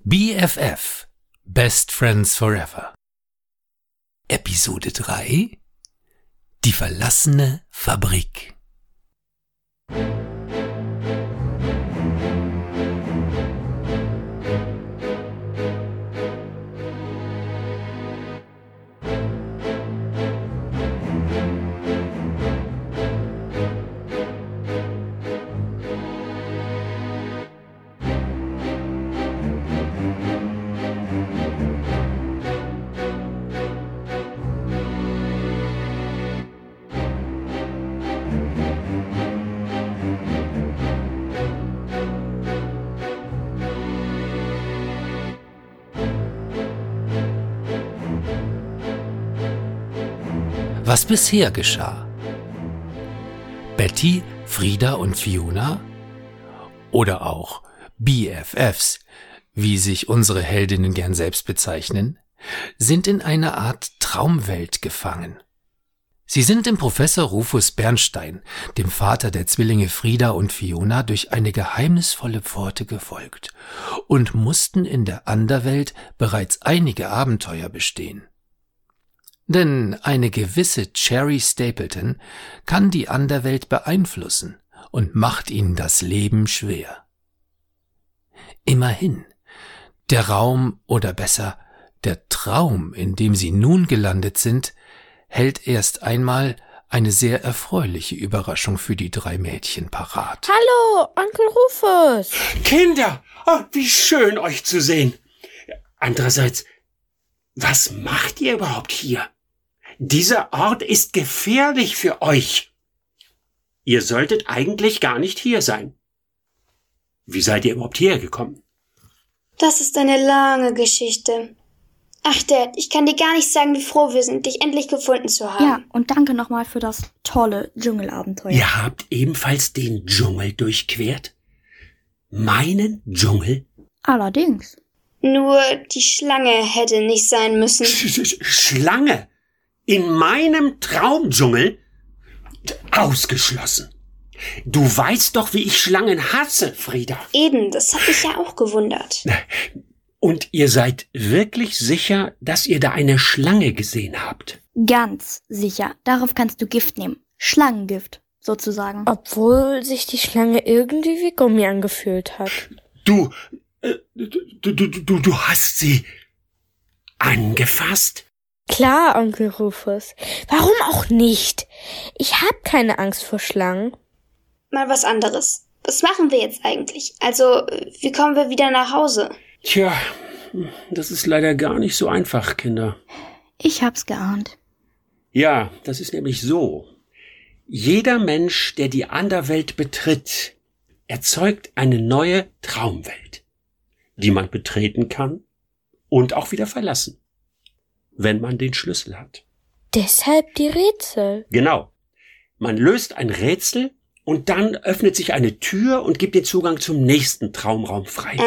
BFF – Best Friends Forever. Episode 3 – Die verlassene Fabrik. Was bisher geschah. Betty, Frieda und Fiona oder auch BFFs, wie sich unsere Heldinnen gern selbst bezeichnen, sind in einer Art Traumwelt gefangen. Sie sind dem Professor Rufus Bernstein, dem Vater der Zwillinge Frieda und Fiona, durch eine geheimnisvolle Pforte gefolgt und mussten in der Anderwelt bereits einige Abenteuer bestehen. Denn eine gewisse Cherry Stapleton kann die Anderwelt beeinflussen und macht ihnen das Leben schwer. Immerhin, der Raum oder besser der Traum, in dem sie nun gelandet sind, hält erst einmal eine sehr erfreuliche Überraschung für die drei Mädchen parat. Hallo, Onkel Rufus! Kinder, wie schön euch zu sehen. Andererseits, was macht ihr überhaupt hier? Dieser Ort ist gefährlich für euch. Ihr solltet eigentlich gar nicht hier sein. Wie seid ihr überhaupt hierher gekommen? Das ist eine lange Geschichte. Ach, Dad, ich kann dir gar nicht sagen, wie froh wir sind, dich endlich gefunden zu haben. Ja, und danke nochmal für das tolle Dschungelabenteuer. Ihr habt ebenfalls den Dschungel durchquert? Meinen Dschungel? Allerdings. Nur die Schlange hätte nicht sein müssen. Schlange? In meinem Traumdschungel? Ausgeschlossen. Du weißt doch, wie ich Schlangen hasse, Frieda. Eben, das hat mich ja auch gewundert. Und ihr seid wirklich sicher, dass ihr da eine Schlange gesehen habt? Ganz sicher. Darauf kannst du Gift nehmen. Schlangengift, sozusagen. Obwohl sich die Schlange irgendwie wie Gummi angefühlt hat. Du hast sie angefasst? Klar, Onkel Rufus. Warum auch nicht? Ich hab keine Angst vor Schlangen. Mal was anderes. Was machen wir jetzt eigentlich? Also, wie kommen wir wieder nach Hause? Tja, das ist leider gar nicht so einfach, Kinder. Ich hab's geahnt. Ja, das ist nämlich so. Jeder Mensch, der die Anderwelt betritt, erzeugt eine neue Traumwelt, die man betreten kann und auch wieder verlassen, wenn man den Schlüssel hat. Deshalb die Rätsel. Genau. Man löst ein Rätsel und dann öffnet sich eine Tür und gibt den Zugang zum nächsten Traumraum frei.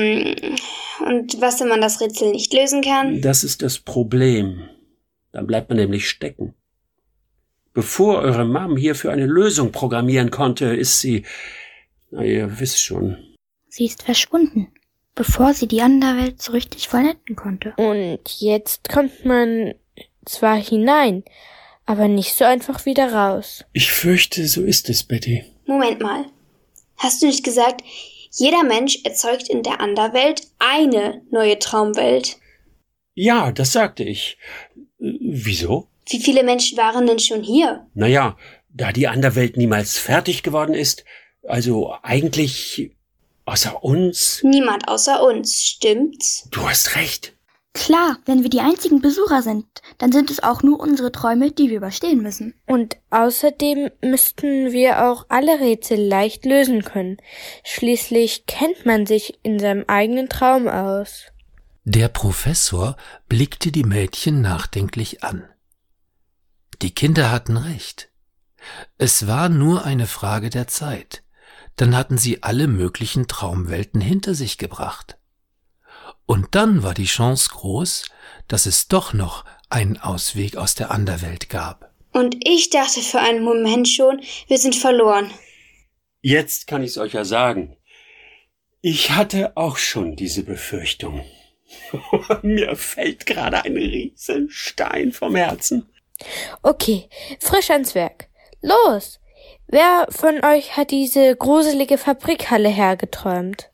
Und was, wenn man das Rätsel nicht lösen kann? Das ist das Problem. Dann bleibt man nämlich stecken. Bevor eure Mom hierfür eine Lösung programmieren konnte, ist sie, na, ihr wisst schon. Sie ist verschwunden, bevor sie die Anderwelt so richtig vollenden konnte. Und jetzt kommt man zwar hinein, aber nicht so einfach wieder raus. Ich fürchte, so ist es, Betty. Moment mal. Hast du nicht gesagt, jeder Mensch erzeugt in der Anderwelt eine neue Traumwelt? Ja, das sagte ich. Wieso? Wie viele Menschen waren denn schon hier? Naja, da die Anderwelt niemals fertig geworden ist, also eigentlich außer uns. Niemand außer uns, stimmt's? Du hast recht. Klar, wenn wir die einzigen Besucher sind, dann sind es auch nur unsere Träume, die wir überstehen müssen. Und außerdem müssten wir auch alle Rätsel leicht lösen können. Schließlich kennt man sich in seinem eigenen Traum aus. Der Professor blickte die Mädchen nachdenklich an. Die Kinder hatten recht. Es war nur eine Frage der Zeit. Dann hatten sie alle möglichen Traumwelten hinter sich gebracht. Und dann war die Chance groß, dass es doch noch einen Ausweg aus der Anderwelt gab. Und ich dachte für einen Moment schon, wir sind verloren. Jetzt kann ich's euch ja sagen. Ich hatte auch schon diese Befürchtung. Mir fällt gerade ein Riesenstein vom Herzen. Okay, frisch ans Werk. Los! Wer von euch hat diese gruselige Fabrikhalle hergeträumt?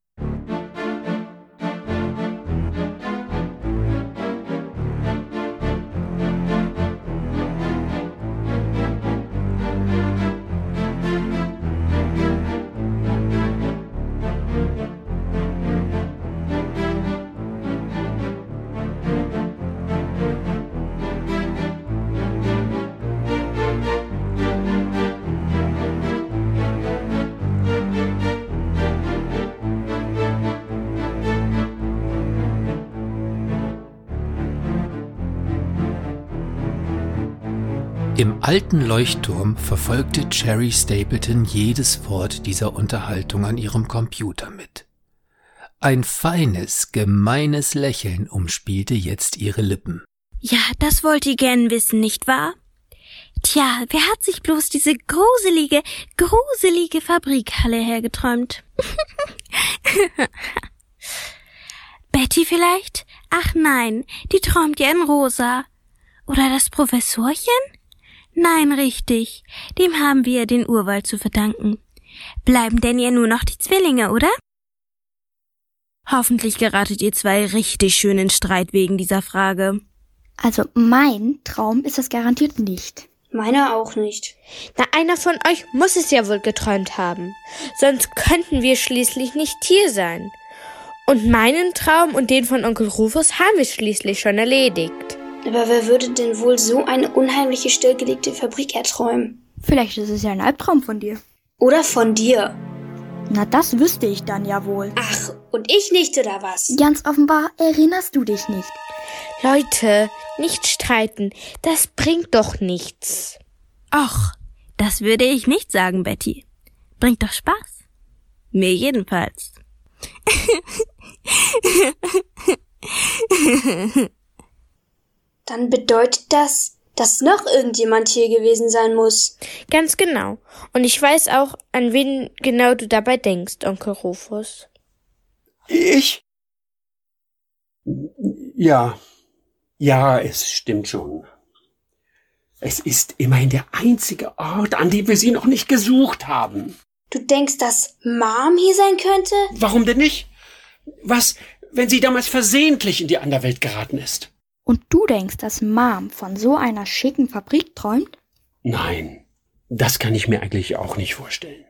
Im alten Leuchtturm verfolgte Cherry Stapleton jedes Wort dieser Unterhaltung an ihrem Computer mit. Ein feines, gemeines Lächeln umspielte jetzt ihre Lippen. Ja, das wollt ihr gern wissen, nicht wahr? Tja, wer hat sich bloß diese gruselige Fabrikhalle hergeträumt? Betty vielleicht? Ach nein, die träumt ja in rosa. Oder das Professorchen? Nein, richtig. Dem haben wir den Urwald zu verdanken. Bleiben denn ja nur noch die Zwillinge, oder? Hoffentlich geratet ihr zwei richtig schön in Streit wegen dieser Frage. Also mein Traum ist das garantiert nicht. Meiner auch nicht. Na, einer von euch muss es ja wohl geträumt haben. Sonst könnten wir schließlich nicht hier sein. Und meinen Traum und den von Onkel Rufus haben wir schließlich schon erledigt. Aber wer würde denn wohl so eine unheimliche, stillgelegte Fabrik erträumen? Vielleicht ist es ja ein Albtraum von dir. Oder von dir. Na, das wüsste ich dann ja wohl. Ach, und ich nicht, oder was? Ganz offenbar erinnerst du dich nicht. Leute, nicht streiten. Das bringt doch nichts. Och, das würde ich nicht sagen, Betty. Bringt doch Spaß. Mir jedenfalls. Dann bedeutet das, dass noch irgendjemand hier gewesen sein muss. Ganz genau. Und ich weiß auch, an wen genau du dabei denkst, Onkel Rufus. Ich? Ja, es stimmt schon. Es ist immerhin der einzige Ort, an dem wir sie noch nicht gesucht haben. Du denkst, dass Mom hier sein könnte? Warum denn nicht? Was, wenn sie damals versehentlich in die Anderwelt geraten ist? Und du denkst, dass Mom von so einer schicken Fabrik träumt? Nein, das kann ich mir eigentlich auch nicht vorstellen.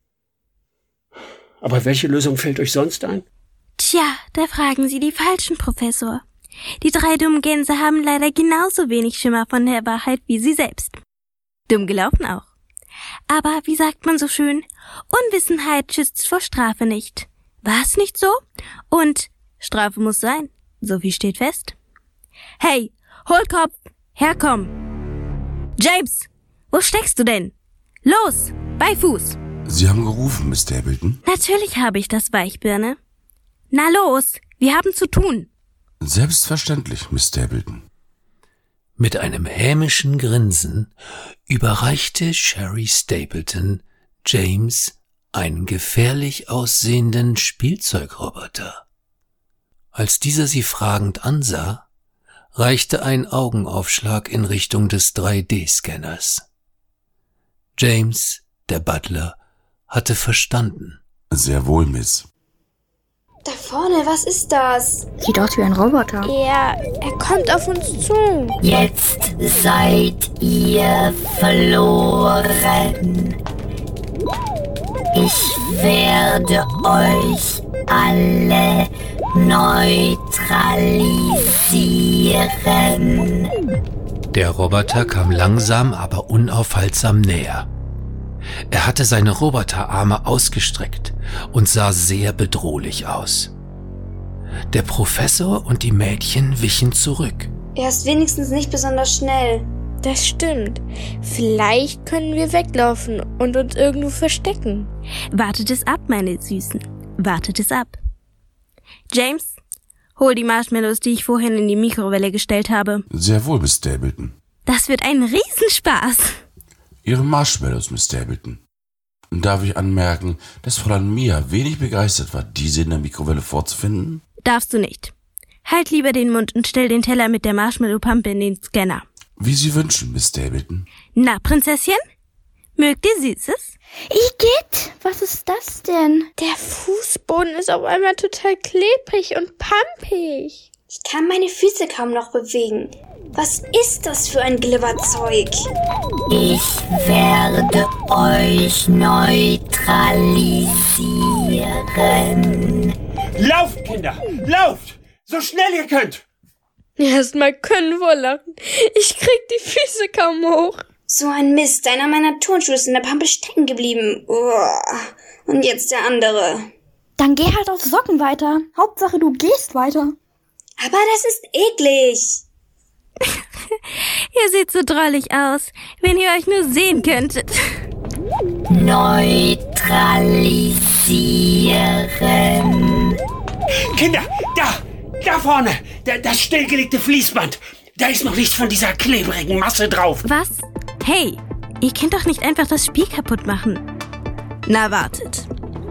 Aber welche Lösung fällt euch sonst ein? Tja, da fragen Sie die falschen, Professor. Die 3 dummen Gänse haben leider genauso wenig Schimmer von der Wahrheit wie Sie selbst. Dumm gelaufen auch. Aber wie sagt man so schön, Unwissenheit schützt vor Strafe nicht. War es nicht so? Und Strafe muss sein. So viel steht fest. Hey, Hohlkopf, herkomm. James, wo steckst du denn? Los, bei Fuß. Sie haben gerufen, Miss Stapleton? Natürlich habe ich das, Weichbirne. Na los, wir haben zu tun. Selbstverständlich, Miss Stapleton. Mit einem hämischen Grinsen überreichte Cherry Stapleton James einen gefährlich aussehenden Spielzeugroboter. Als dieser sie fragend ansah, reichte ein Augenaufschlag in Richtung des 3D-Scanners. James, der Butler, hatte verstanden. Sehr wohl, Miss. Da vorne, was ist das? Sieht aus wie ein Roboter. Er kommt auf uns zu. Jetzt seid ihr verloren. Ich werde euch alle neutralisieren. Der Roboter kam langsam, aber unaufhaltsam näher. Er hatte seine Roboterarme ausgestreckt und sah sehr bedrohlich aus. Der Professor und die Mädchen wichen zurück. Er ist wenigstens nicht besonders schnell. Das stimmt. Vielleicht können wir weglaufen und uns irgendwo verstecken. Wartet es ab, meine Süßen. Wartet es ab. James, hol die Marshmallows, die ich vorhin in die Mikrowelle gestellt habe. Sehr wohl, Miss Stapleton. Das wird ein Riesenspaß. Ihre Marshmallows, Miss Stapleton. Darf ich anmerken, dass Fräulein Mia wenig begeistert war, diese in der Mikrowelle vorzufinden? Darfst du nicht. Halt lieber den Mund und stell den Teller mit der Marshmallow-Pampe in den Scanner. Wie Sie wünschen, Miss Stapleton. Na, Prinzesschen? Mögt ihr Süßes? Igitt, was ist das denn? Der Fußboden ist auf einmal total klebrig und pampig. Ich kann meine Füße kaum noch bewegen. Was ist das für ein Glibberzeug? Ich werde euch neutralisieren. Lauft, Kinder, lauft! So schnell ihr könnt! Erstmal können wir lachen. Ich krieg die Füße kaum hoch. So ein Mist, einer meiner Turnschuhe ist in der Pampe stecken geblieben. Uah. Und jetzt der andere. Dann geh halt auf Socken weiter. Hauptsache, du gehst weiter. Aber das ist eklig. Ihr seht so drollig aus, wenn ihr euch nur sehen könntet. Neutralisieren. Kinder, da vorne, das stillgelegte Fließband. Da ist noch nichts von dieser klebrigen Masse drauf. Was? Hey, ihr könnt doch nicht einfach das Spiel kaputt machen. Na, wartet.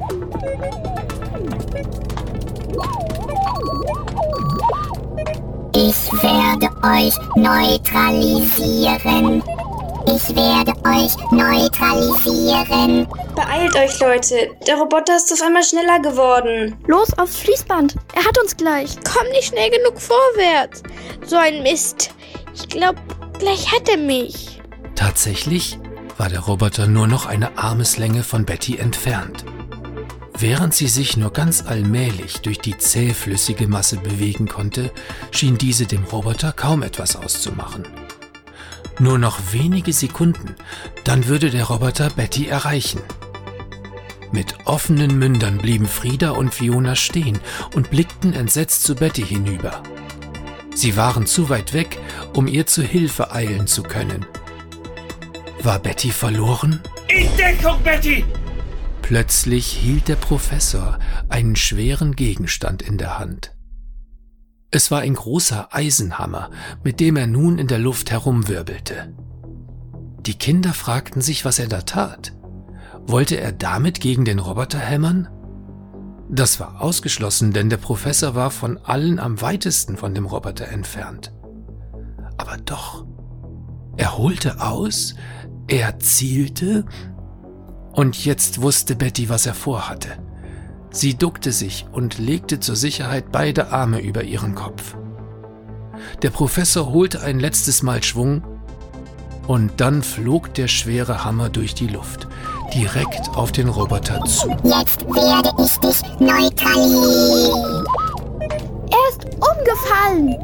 Ich werde euch neutralisieren. Ich werde euch neutralisieren. Beeilt euch, Leute. Der Roboter ist auf einmal schneller geworden. Los aufs Fließband. Er hat uns gleich. Komm nicht schnell genug vorwärts. So ein Mist. Ich glaube, gleich hat er mich. Tatsächlich war der Roboter nur noch eine Armeslänge von Betty entfernt. Während sie sich nur ganz allmählich durch die zähflüssige Masse bewegen konnte, schien diese dem Roboter kaum etwas auszumachen. Nur noch wenige Sekunden, dann würde der Roboter Betty erreichen. Mit offenen Mündern blieben Frieda und Fiona stehen und blickten entsetzt zu Betty hinüber. Sie waren zu weit weg, um ihr zu Hilfe eilen zu können. War Betty verloren? In Deckung, Betty! Plötzlich hielt der Professor einen schweren Gegenstand in der Hand. Es war ein großer Eisenhammer, mit dem er nun in der Luft herumwirbelte. Die Kinder fragten sich, was er da tat. Wollte er damit gegen den Roboter hämmern? Das war ausgeschlossen, denn der Professor war von allen am weitesten von dem Roboter entfernt. Aber doch, er holte aus, er zielte, und jetzt wusste Betty, was er vorhatte. Sie duckte sich und legte zur Sicherheit beide Arme über ihren Kopf. Der Professor holte ein letztes Mal Schwung und dann flog der schwere Hammer durch die Luft, direkt auf den Roboter zu. Jetzt werde ich dich neutralisieren. Er ist umgefallen.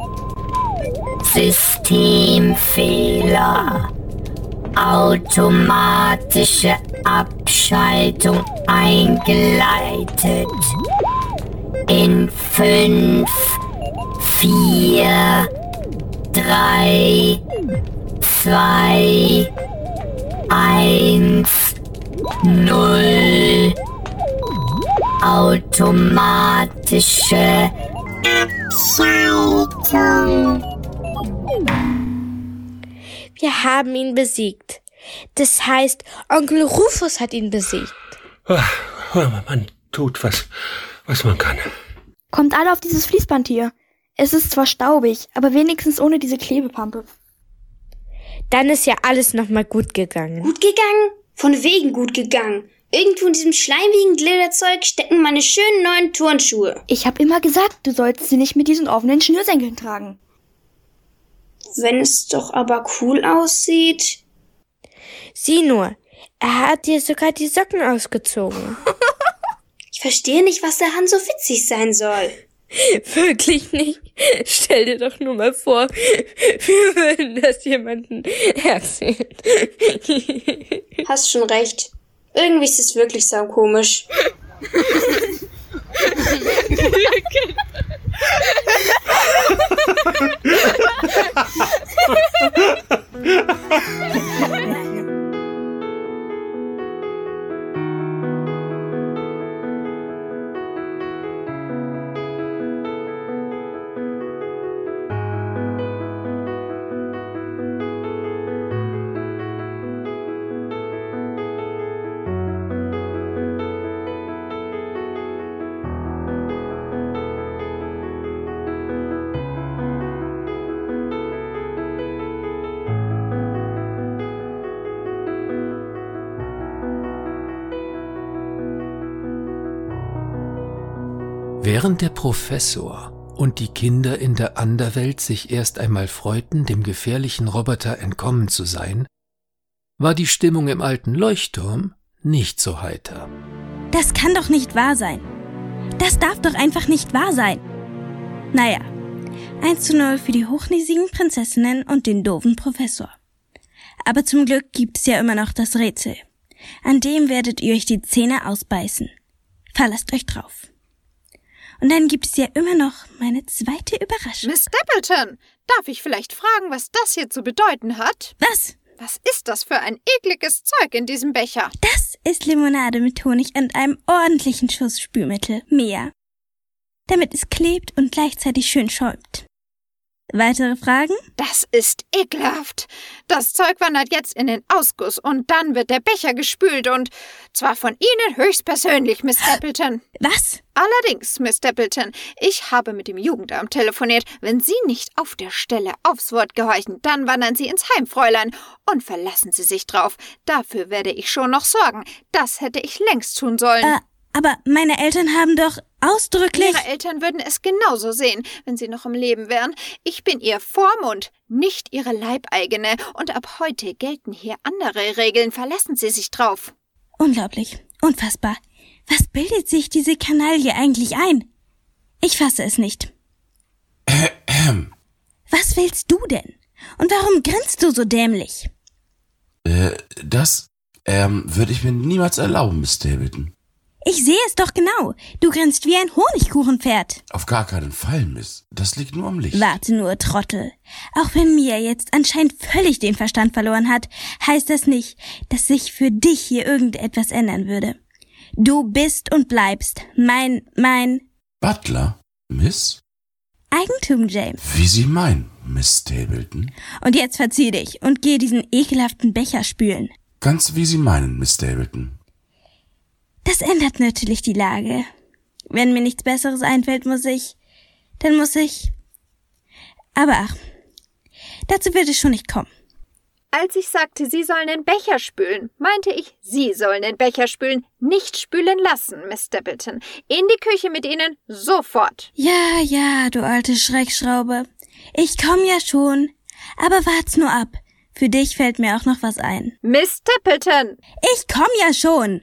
Systemfehler. Automatische Abschaltung eingeleitet. In 5, 4, 3, 2, 1, 0. Automatische Abschaltung. Wir haben ihn besiegt. Das heißt, Onkel Rufus hat ihn besiegt. Man tut, was man kann. Kommt alle auf dieses Fließband hier. Es ist zwar staubig, aber wenigstens ohne diese Klebepampe. Dann ist ja alles nochmal gut gegangen. Gut gegangen? Von wegen gut gegangen. Irgendwo in diesem schleimigen Glitterzeug stecken meine schönen neuen Turnschuhe. Ich habe immer gesagt, du sollst sie nicht mit diesen offenen Schnürsenkeln tragen. Wenn es doch aber cool aussieht. Sieh nur, er hat dir sogar die Socken ausgezogen. Ich verstehe nicht, was daran so witzig sein soll. Wirklich nicht. Stell dir doch nur mal vor, wir würden das jemandem erzählen. Hast schon recht. Irgendwie ist es wirklich saukomisch. Während der Professor und die Kinder in der Anderwelt sich erst einmal freuten, dem gefährlichen Roboter entkommen zu sein, war die Stimmung im alten Leuchtturm nicht so heiter. Das kann doch nicht wahr sein. Das darf doch einfach nicht wahr sein. Naja, 1:0 für die hochnäsigen Prinzessinnen und den doofen Professor. Aber zum Glück gibt es ja immer noch das Rätsel. An dem werdet ihr euch die Zähne ausbeißen. Verlasst euch drauf. Und dann gibt es ja immer noch meine zweite Überraschung. Miss Stapleton, darf ich vielleicht fragen, was das hier zu bedeuten hat? Was? Was ist das für ein ekliges Zeug in diesem Becher? Das ist Limonade mit Honig und einem ordentlichen Schuss Spülmittel. Mehr. Damit es klebt und gleichzeitig schön schäumt. Weitere Fragen? Das ist ekelhaft. Das Zeug wandert jetzt in den Ausguss und dann wird der Becher gespült und zwar von Ihnen höchstpersönlich, Miss Stapleton. Was? Allerdings, Miss Stapleton, ich habe mit dem Jugendamt telefoniert. Wenn Sie nicht auf der Stelle aufs Wort gehorchen, dann wandern Sie ins Heim, Fräulein, und verlassen Sie sich drauf. Dafür werde ich schon noch sorgen. Das hätte ich längst tun sollen. Aber meine Eltern haben doch ausdrücklich... Ihre Eltern würden es genauso sehen, wenn sie noch im Leben wären. Ich bin Ihr Vormund, nicht Ihre Leibeigene. Und ab heute gelten hier andere Regeln. Verlassen Sie sich drauf. Unglaublich. Unfassbar. Was bildet sich diese Kanaille eigentlich ein? Ich fasse es nicht. Was willst du denn? Und warum grinst du so dämlich? Das würde ich mir niemals erlauben, Miss Stapleton. Ich sehe es doch genau. Du grinst wie ein Honigkuchenpferd. Auf gar keinen Fall, Miss. Das liegt nur am Licht. Warte nur, Trottel. Auch wenn Mia jetzt anscheinend völlig den Verstand verloren hat, heißt das nicht, dass sich für dich hier irgendetwas ändern würde. Du bist und bleibst mein... Butler, Miss? Eigentum, James. Wie Sie meinen, Miss Stapleton. Und jetzt verzieh dich und geh diesen ekelhaften Becher spülen. Ganz wie Sie meinen, Miss Stapleton. Das ändert natürlich die Lage. Wenn mir nichts Besseres einfällt, muss ich... Aber ach, dazu wird es schon nicht kommen. Als ich sagte, Sie sollen den Becher spülen, meinte ich, Sie sollen den Becher spülen, nicht spülen lassen, Miss Stapleton. In die Küche mit Ihnen, sofort. Ja, du alte Schreckschraube. Ich komm ja schon. Aber wart's nur ab. Für dich fällt mir auch noch was ein. Miss Stapleton! Ich komm ja schon.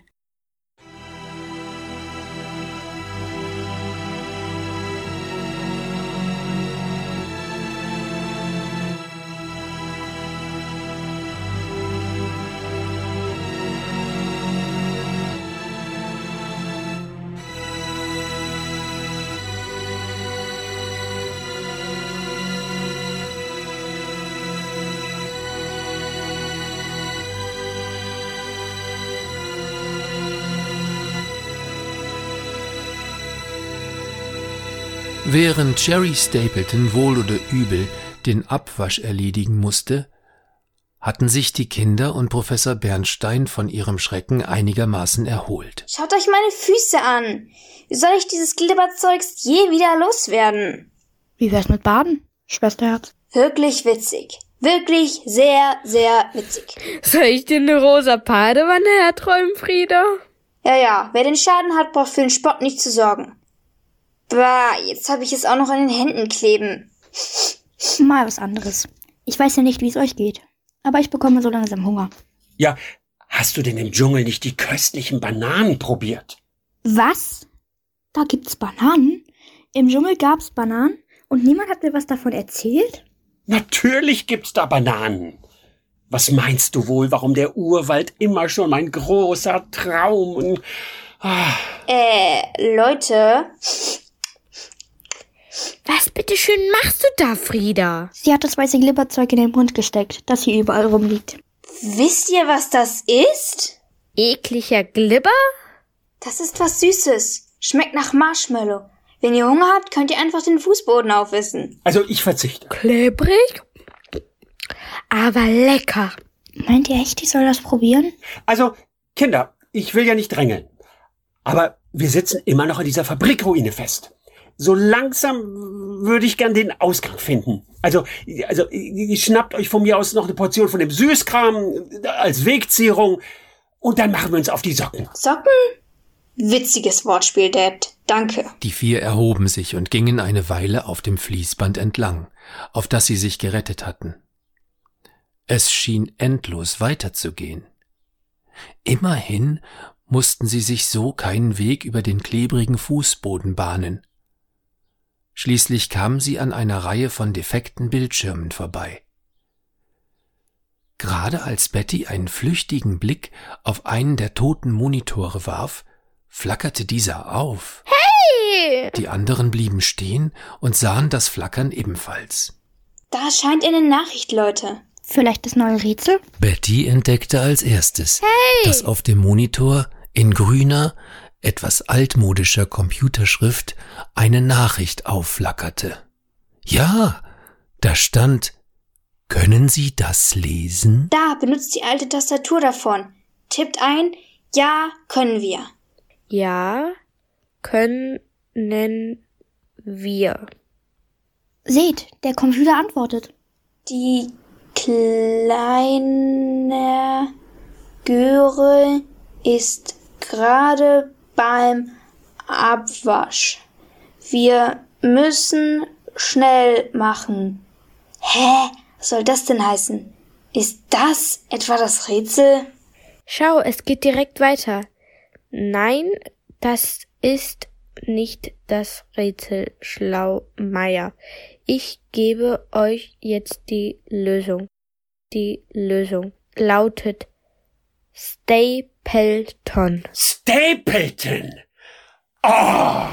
Während Cherry Stapleton wohl oder übel den Abwasch erledigen musste, hatten sich die Kinder und Professor Bernstein von ihrem Schrecken einigermaßen erholt. Schaut euch meine Füße an. Wie soll ich dieses Glibberzeugs je wieder loswerden? Wie wär's mit Baden, Schwesterherz? Wirklich witzig. Wirklich sehr, sehr witzig. Soll ich dir eine rosa Badewanne herträumen, Frieda? Ja, wer den Schaden hat, braucht für den Spott nicht zu sorgen. Bah, jetzt habe ich es auch noch an den Händen kleben. Mal was anderes. Ich weiß ja nicht, wie es euch geht, aber ich bekomme so langsam Hunger. Ja, hast du denn im Dschungel nicht die köstlichen Bananen probiert? Was? Da gibt's Bananen? Im Dschungel gab's Bananen und niemand hat mir was davon erzählt? Natürlich gibt's da Bananen. Was meinst du wohl, warum der Urwald immer schon mein großer Traum und... Leute... Was bitteschön machst du da, Frieda? Sie hat das weiße Glibberzeug in den Mund gesteckt, das hier überall rumliegt. Wisst ihr, was das ist? Ekliger Glibber? Das ist was Süßes. Schmeckt nach Marshmallow. Wenn ihr Hunger habt, könnt ihr einfach den Fußboden aufessen. Also ich verzichte. Klebrig, aber lecker. Meint ihr echt, ich soll das probieren? Also, Kinder, ich will ja nicht drängeln. Aber wir sitzen immer noch in dieser Fabrikruine fest. So langsam würde ich gern den Ausgang finden. Also, schnappt euch von mir aus noch eine Portion von dem Süßkram als Wegzehrung und dann machen wir uns auf die Socken. Socken? Witziges Wortspiel, Dad. Danke. Die 4 erhoben sich und gingen eine Weile auf dem Fließband entlang, auf das sie sich gerettet hatten. Es schien endlos weiterzugehen. Immerhin mussten sie sich so keinen Weg über den klebrigen Fußboden bahnen. Schließlich kamen sie an einer Reihe von defekten Bildschirmen vorbei. Gerade als Betty einen flüchtigen Blick auf einen der toten Monitore warf, flackerte dieser auf. Hey! Die anderen blieben stehen und sahen das Flackern ebenfalls. Da scheint eine Nachricht, Leute. Vielleicht das neue Rätsel? Betty entdeckte als erstes, dass auf dem Monitor in grüner, etwas altmodischer Computerschrift eine Nachricht aufflackerte. Ja, da stand: Können Sie das lesen? Da, benutzt die alte Tastatur davon. Tippt ein: Ja, können wir. Ja, können wir. Seht, der Computer antwortet. Die kleine Göre ist gerade beim Abwasch. Wir müssen schnell machen. Hä? Was soll das denn heißen? Ist das etwa das Rätsel? Schau, es geht direkt weiter. Nein, das ist nicht das Rätsel, Schlaumeier. Ich gebe euch jetzt die Lösung. Die Lösung lautet Stapleton. Stapleton! Oh,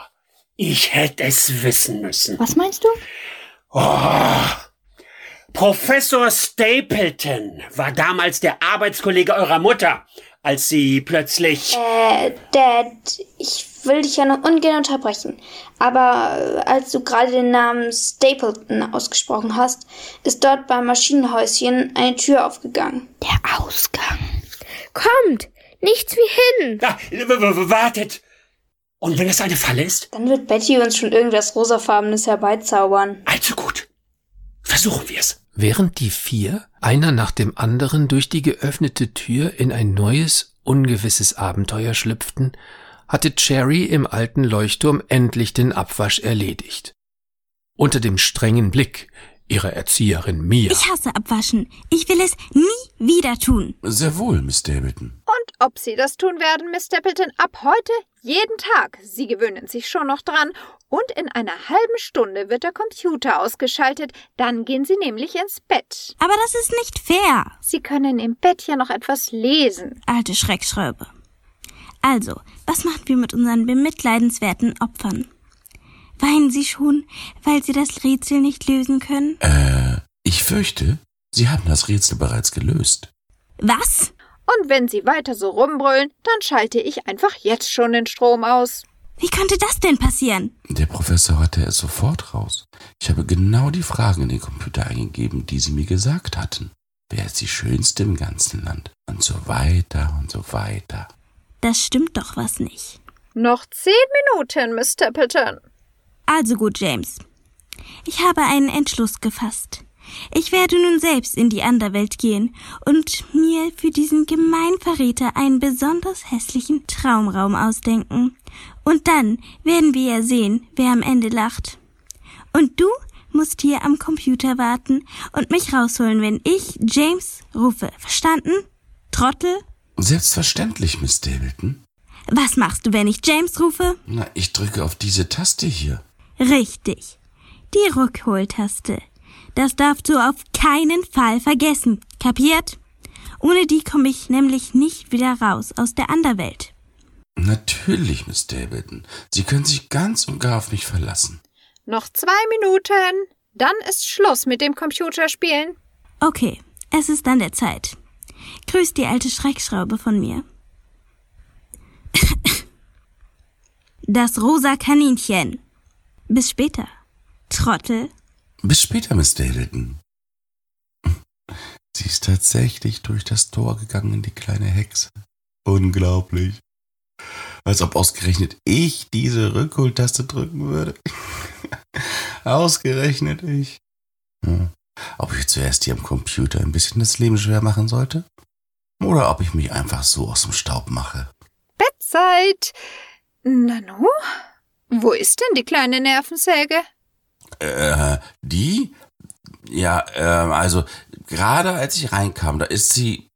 ich hätte es wissen müssen. Was meinst du? Oh, Professor Stapleton war damals der Arbeitskollege eurer Mutter, als sie plötzlich... Dad, ich will dich ja nur ungern unterbrechen, aber als du gerade den Namen Stapleton ausgesprochen hast, ist dort beim Maschinenhäuschen eine Tür aufgegangen. Der Ausgang. Kommt, nichts wie hin. Ah, wartet! Und wenn es eine Falle ist? Dann wird Betty uns schon irgendwas Rosafarbenes herbeizaubern. Also gut, versuchen wir es. Während die 4, einer nach dem anderen, durch die geöffnete Tür in ein neues, ungewisses Abenteuer schlüpften, hatte Cherry im alten Leuchtturm endlich den Abwasch erledigt. Unter dem strengen Blick ihrer Erzieherin Mia. Ich hasse Abwaschen. Ich will es nie wieder tun. Sehr wohl, Miss Stapleton. Und ob Sie das tun werden, Miss Stapleton, ab heute jeden Tag. Sie gewöhnen sich schon noch dran. Und in einer halben Stunde wird der Computer ausgeschaltet. Dann gehen Sie nämlich ins Bett. Aber das ist nicht fair. Sie können im Bett ja noch etwas lesen. Alte Schreckschröbe. Also, was machen wir mit unseren bemitleidenswerten Opfern? Weinen Sie schon, weil Sie das Rätsel nicht lösen können? Ich fürchte, Sie haben das Rätsel bereits gelöst. Was? Und wenn Sie weiter so rumbrüllen, dann schalte ich einfach jetzt schon den Strom aus. Wie konnte das denn passieren? Der Professor hatte es sofort raus. Ich habe genau die Fragen in den Computer eingegeben, die Sie mir gesagt hatten. Wer ist die Schönste im ganzen Land? Und so weiter und so weiter. Das stimmt doch was nicht. Noch 10 Minuten, Miss Stapleton. Also gut, James. Ich habe einen Entschluss gefasst. Ich werde nun selbst in die Anderwelt gehen und mir für diesen Gemeinverräter einen besonders hässlichen Traumraum ausdenken. Und dann werden wir ja sehen, wer am Ende lacht. Und du musst hier am Computer warten und mich rausholen, wenn ich James rufe. Verstanden? Trottel? Selbstverständlich, Miss Stapleton. Was machst du, wenn ich James rufe? Na, ich drücke auf diese Taste hier. Richtig. Die Rückholtaste. Das darfst du auf keinen Fall vergessen. Kapiert? Ohne die komme ich nämlich nicht wieder raus aus der Anderwelt. Natürlich, Miss Stapleton. Sie können sich ganz und gar auf mich verlassen. Noch 2 Minuten. Dann ist Schluss mit dem Computerspielen. Okay, es ist an der Zeit. Grüß die alte Schreckschraube von mir. Das rosa Kaninchen. Bis später, Trottel. Bis später, Miss Stapleton. Sie ist tatsächlich durch das Tor gegangen, die kleine Hexe. Unglaublich. Als ob ausgerechnet ich diese Rückholtaste drücken würde. Ausgerechnet ich. Ob ich zuerst hier am Computer ein bisschen das Leben schwer machen sollte? Oder ob ich mich einfach so aus dem Staub mache? Zeit. Nanu? Wo ist denn die kleine Nervensäge? Die? Ja, also, gerade als ich reinkam, da ist sie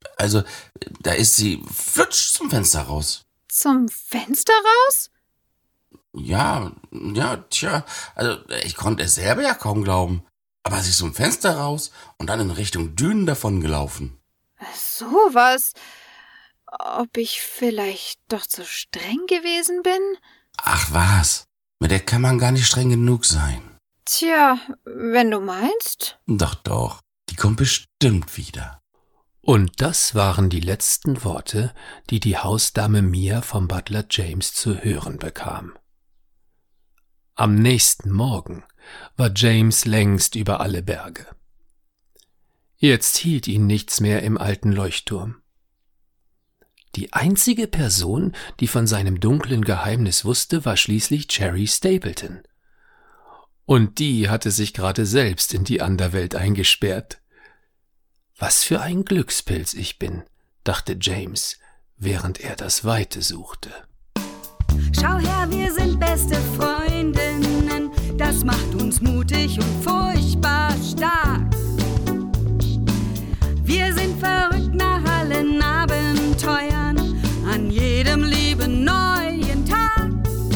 flutsch zum Fenster raus. Zum Fenster raus? Ja, tja, also, ich konnte es selber ja kaum glauben. Aber sie ist zum Fenster raus und dann in Richtung Dünen davon gelaufen. So was. Ob ich vielleicht doch zu streng gewesen bin? Ach was, mit der kann man gar nicht streng genug sein. Tja, wenn du meinst. Doch, die kommt bestimmt wieder. Und das waren die letzten Worte, die die Hausdame Mia vom Butler James zu hören bekam. Am nächsten Morgen war James längst über alle Berge. Jetzt hielt ihn nichts mehr im alten Leuchtturm. Die einzige Person, die von seinem dunklen Geheimnis wusste, war schließlich Cherry Stapleton. Und die hatte sich gerade selbst in die Anderwelt eingesperrt. Was für ein Glückspilz ich bin, dachte James, während er das Weite suchte. Schau her, wir sind beste Freundinnen, das macht uns mutig und furchtbar stark. Wir sind verrückt nach allen Abenteuern, an jedem lieben neuen Tag.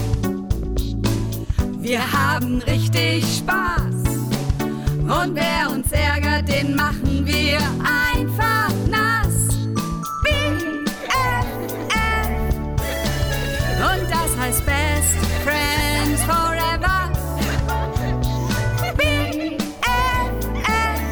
Wir haben richtig Spaß und wer uns ärgert, den machen wir einfach nass. Und das heißt Best Friends Forever. BFF.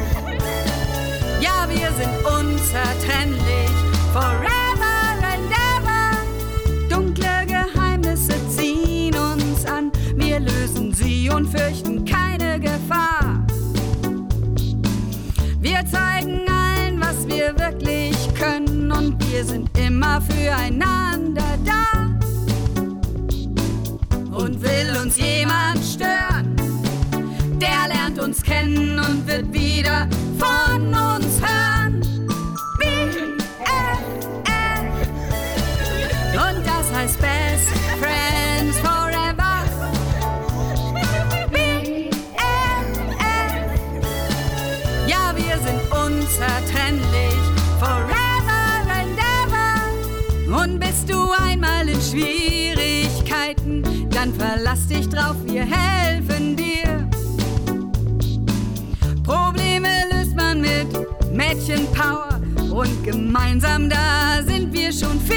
Ja, wir sind unzertrennlich. Forever and ever. Dunkle Geheimnisse ziehen uns an. Wir lösen sie und fürchten keine Gefahr. Wir zeigen allen, was wir wirklich können. Und wir sind immer füreinander da. Und will uns jemand stören, der lernt uns kennen und wird wieder von uns hören. BFF. Und das heißt Best Friends Forever. BFF. Ja, wir sind unzertrennlich. Forever and ever. Und bist du einmal in Schwierigkeiten, dann verlass dich drauf, wir helfen dir. Probleme löst man mit Mädchenpower und gemeinsam da sind wir schon 4.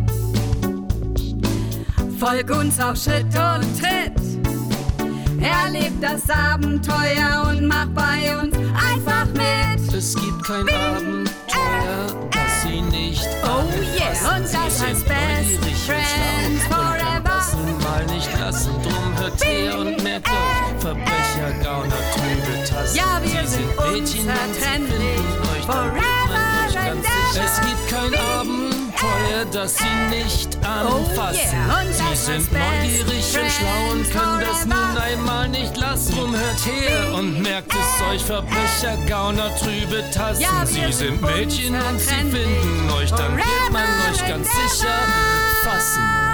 Folg uns auf Schritt und Tritt, erleb das Abenteuer und mach bei uns einfach mit. Es gibt kein Abenteuer, das sie nicht yeah. Und das heißt Best Friends Forever. Mal nicht lassen, drum hört her und merkt euch, Verbrecher, Gauner, trübe Tassen. Ja, wir sie sind Mädchen unzertrennlich. euch, Forever and ever. Es gibt kein Abenteuer, das sie nicht anfassen. yeah. Und sie sind neugierig und schlau und können das nun einmal nicht lassen. Drum hört her und merkt es euch, Verbrecher, Gauner, trübe Tassen. Ja, sie sind Mädchen und sie finden euch, dann wird man euch ganz sicher fassen.